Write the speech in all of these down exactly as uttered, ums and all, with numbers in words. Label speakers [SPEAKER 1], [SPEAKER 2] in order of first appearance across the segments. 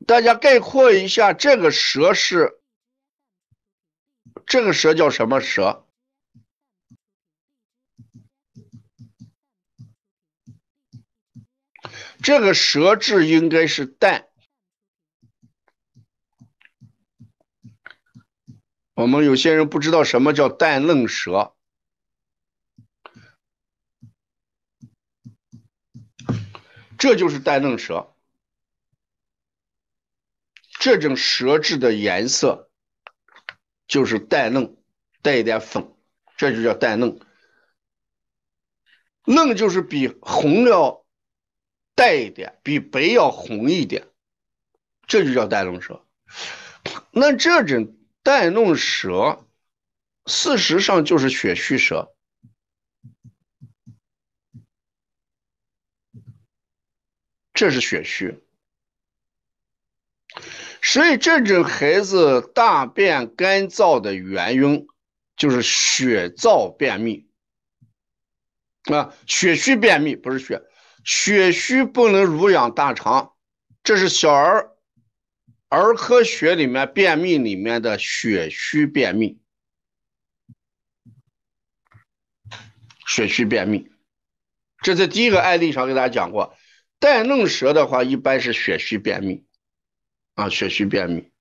[SPEAKER 1] 大家概括一下，这个舌是这个舌叫什么舌？这个舌质应该是淡。我们有些人不知道什么叫淡嫩舌，这就是淡嫩舌。这种舌质的颜色就是淡嫩，带一点粉，这就叫淡嫩。嫩就是比红要淡一点，比白要红一点，这就叫淡嫩舌。那这种淡嫩舌，事实上就是血虚舌。这是血虚。所以这种孩子大便干燥的原因就是血燥便秘啊，血虚便秘不是血，血虚不能濡养大肠，这是小儿儿科学里面便秘里面的血虚便秘，血虚便秘。这在第一个案例上给大家讲过，淡嫩舌的话一般是血虚便秘啊，血虚便秘。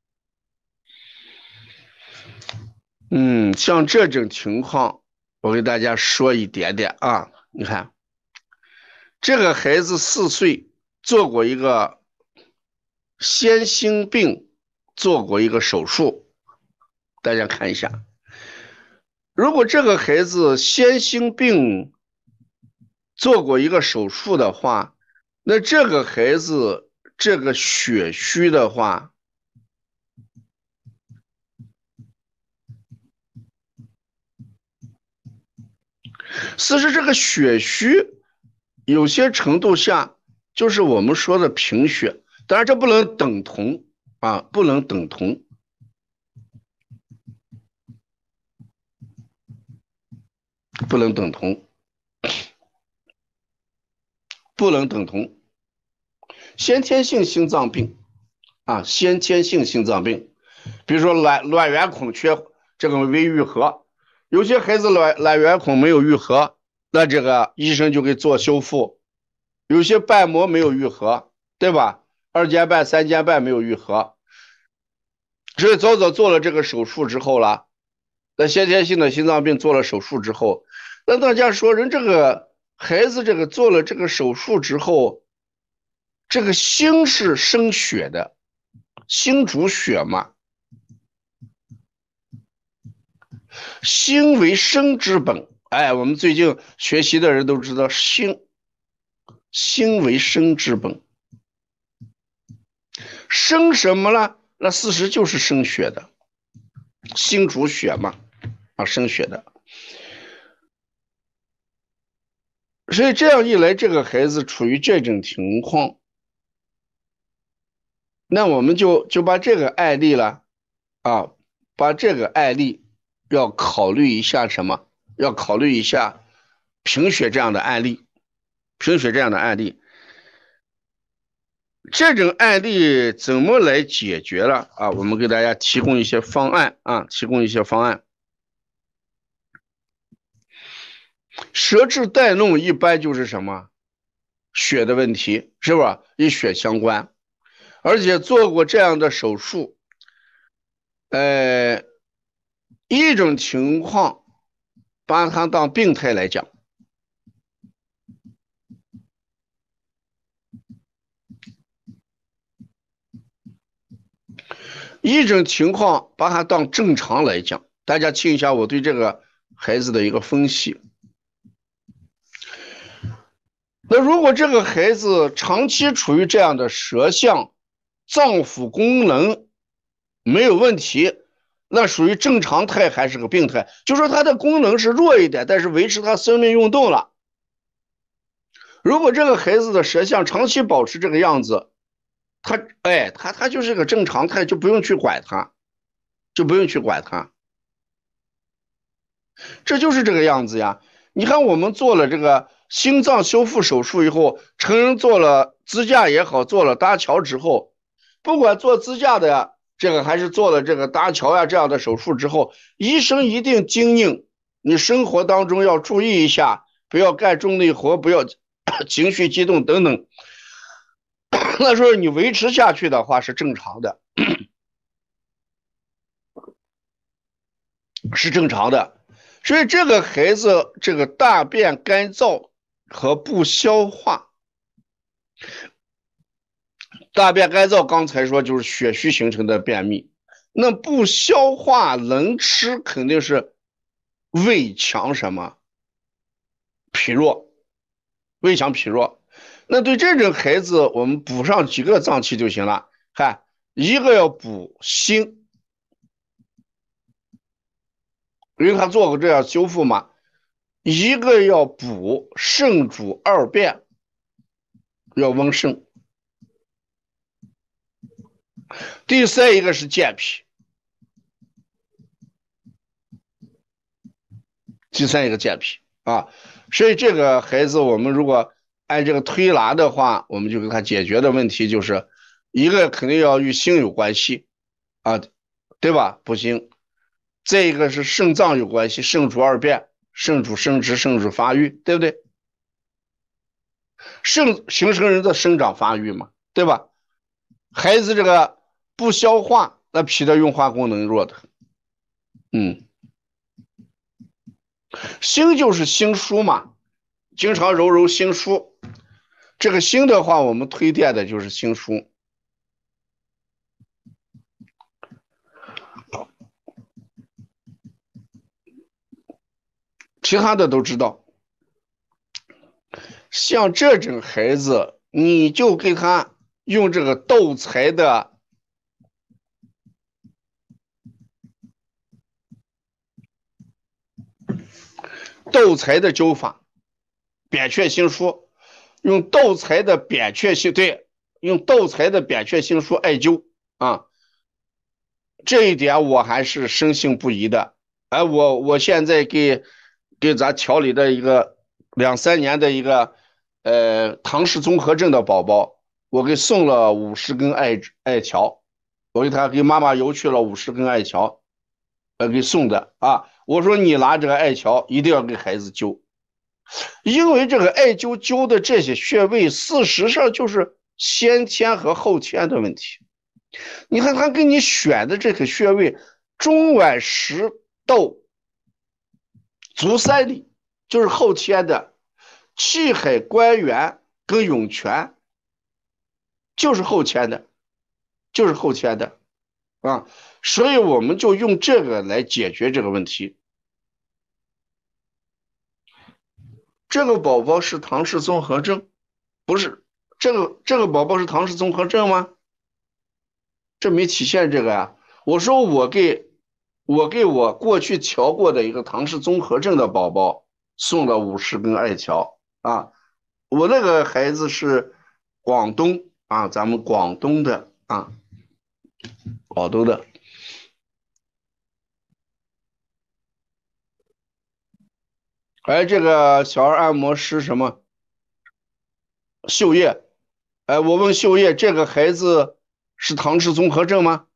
[SPEAKER 1] 嗯，像这种情况，我给大家说一点点啊。你看，这个孩子四岁，做过一个先心病，做过一个手术，大家看一下。如果这个孩子先心病做过一个手术的话，那这个孩子这个血虚的话，其实这个血虚有些程度下就是我们说的贫血，当然这不能等同啊，不能等同。不能等同，不能等同。先天性心脏病啊，先天性心脏病，比如说卵卵圆孔缺这个未愈合，有些孩子卵卵圆孔没有愈合，那这个医生就给做修复。有些瓣膜没有愈合，对吧？二尖瓣、三尖瓣没有愈合，所以早早做了这个手术之后了，那先天性的心脏病做了手术之后，那大家说人这个孩子这个做了这个手术之后，这个心是生血的，心主血嘛，心为生之本。哎，我们最近学习的人都知道，心心为生之本，生什么呢？那事实就是生血的，心主血嘛，啊，生血的。所以这样一来，这个孩子处于这种情况，那我们就就把这个案例了，啊，把这个案例要考虑一下什么？要考虑一下贫血这样的案例，贫血这样的案例，这种案例怎么来解决了啊？我们给大家提供一些方案啊，提供一些方案。舌质淡弄一般就是什么？血的问题，是吧？与血相关，而且做过这样的手术，呃，一种情况把它当病态来讲，一种情况把它当正常来讲。大家听一下我对这个孩子的一个分析。那如果这个孩子长期处于这样的舌象，脏腑功能没有问题，那属于正常态还是个病态？就说他的功能是弱一点，但是维持他生命运动了。如果这个孩子的舌象长期保持这个样子，他哎，他他就是个正常态，就不用去管他，就不用去管他，这就是这个样子呀。你看我们做了这个心脏修复手术以后，成人做了支架也好，做了搭桥之后， 不管做支架的呀，这个还是做了这个搭桥呀这样的手术之后，医生一定叮咛你生活当中要注意一下，不要干重力活，不要情绪激动等等。那时候你维持下去的话是正常的，是正常的。所以这个孩子这个大便干燥和不消化，大便干燥刚才说就是血虚形成的便秘，那不消化能吃肯定是胃强什么脾弱，胃强脾弱。那对这种孩子，我们补上几个脏器就行了。看，一个要补心，因为他做过这样修复嘛。一个要补肾主二便，要温肾。第三一个是健脾，第三一个健脾啊。所以这个孩子，我们如果按这个推拿的话，我们就给他解决的问题就是一个肯定要与心有关系啊，对吧？补心。再一个是肾脏有关系，肾主二便，肾主生殖，肾主发育，对不对？肾形成人的生长发育嘛，对吧？孩子这个不消化，那脾的运化功能弱的，嗯，心就是心枢嘛，经常揉揉心枢。这个心的话，我们推荐的就是心枢。其他的都知道。像这种孩子，你就给他用这个豆材的豆材的灸法，扁鹊心腧，用豆材的扁鹊心，对，用豆材的扁鹊心腧艾灸啊，这一点我还是深信不疑的。哎，我我现在给给咱调理的一个两三年的一个呃唐氏综合症的宝宝，我给送了五十根艾艾条，我给他给妈妈邮去了五十根艾条，呃给送的啊。我说你拿这个艾条一定要给孩子灸，因为这个艾灸灸的这些穴位，事实上就是先天和后天的问题。你看他给你选的这个穴位，中脘石窦足三里，就是后天的；气海关元跟涌泉，就是后天的，就是后天的啊。所以我们就用这个来解决这个问题。这个宝宝是唐氏综合症，不是？这个这个宝宝是唐氏综合症吗？这没体现这个呀。我说我给我给我过去调过的一个唐氏综合症的宝宝送了五十根艾条啊。我那个孩子是广东啊，咱们广东的啊，广东的。哎，这个小儿按摩师什么秀叶？哎，我问秀叶，这个孩子是唐氏综合症吗？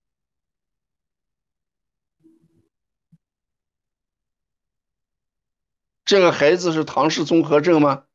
[SPEAKER 1] 这个孩子是唐氏综合症吗？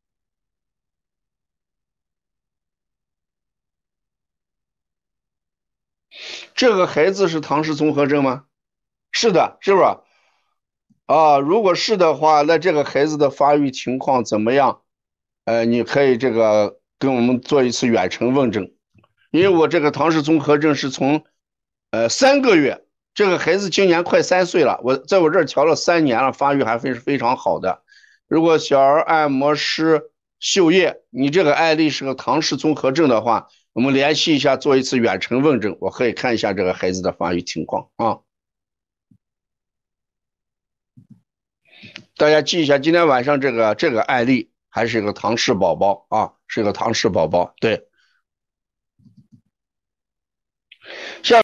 [SPEAKER 1] 这个孩子是唐氏综合症吗？是的，是不是？啊，如果是的话，那这个孩子的发育情况怎么样？呃，你可以这个跟我们做一次远程问诊，因为我这个唐氏综合症是从呃三个月，这个孩子今年快三岁了，我在我这儿调了三年了，发育还非是非常好的。如果小儿按摩师秀叶，你这个案例是个唐氏综合症的话，我们联系一下做一次远程问诊，我可以看一下这个孩子的发育情况啊。大家记一下，今天晚上这个这个案例还是一个唐氏宝宝啊，是一个唐氏宝宝，对。下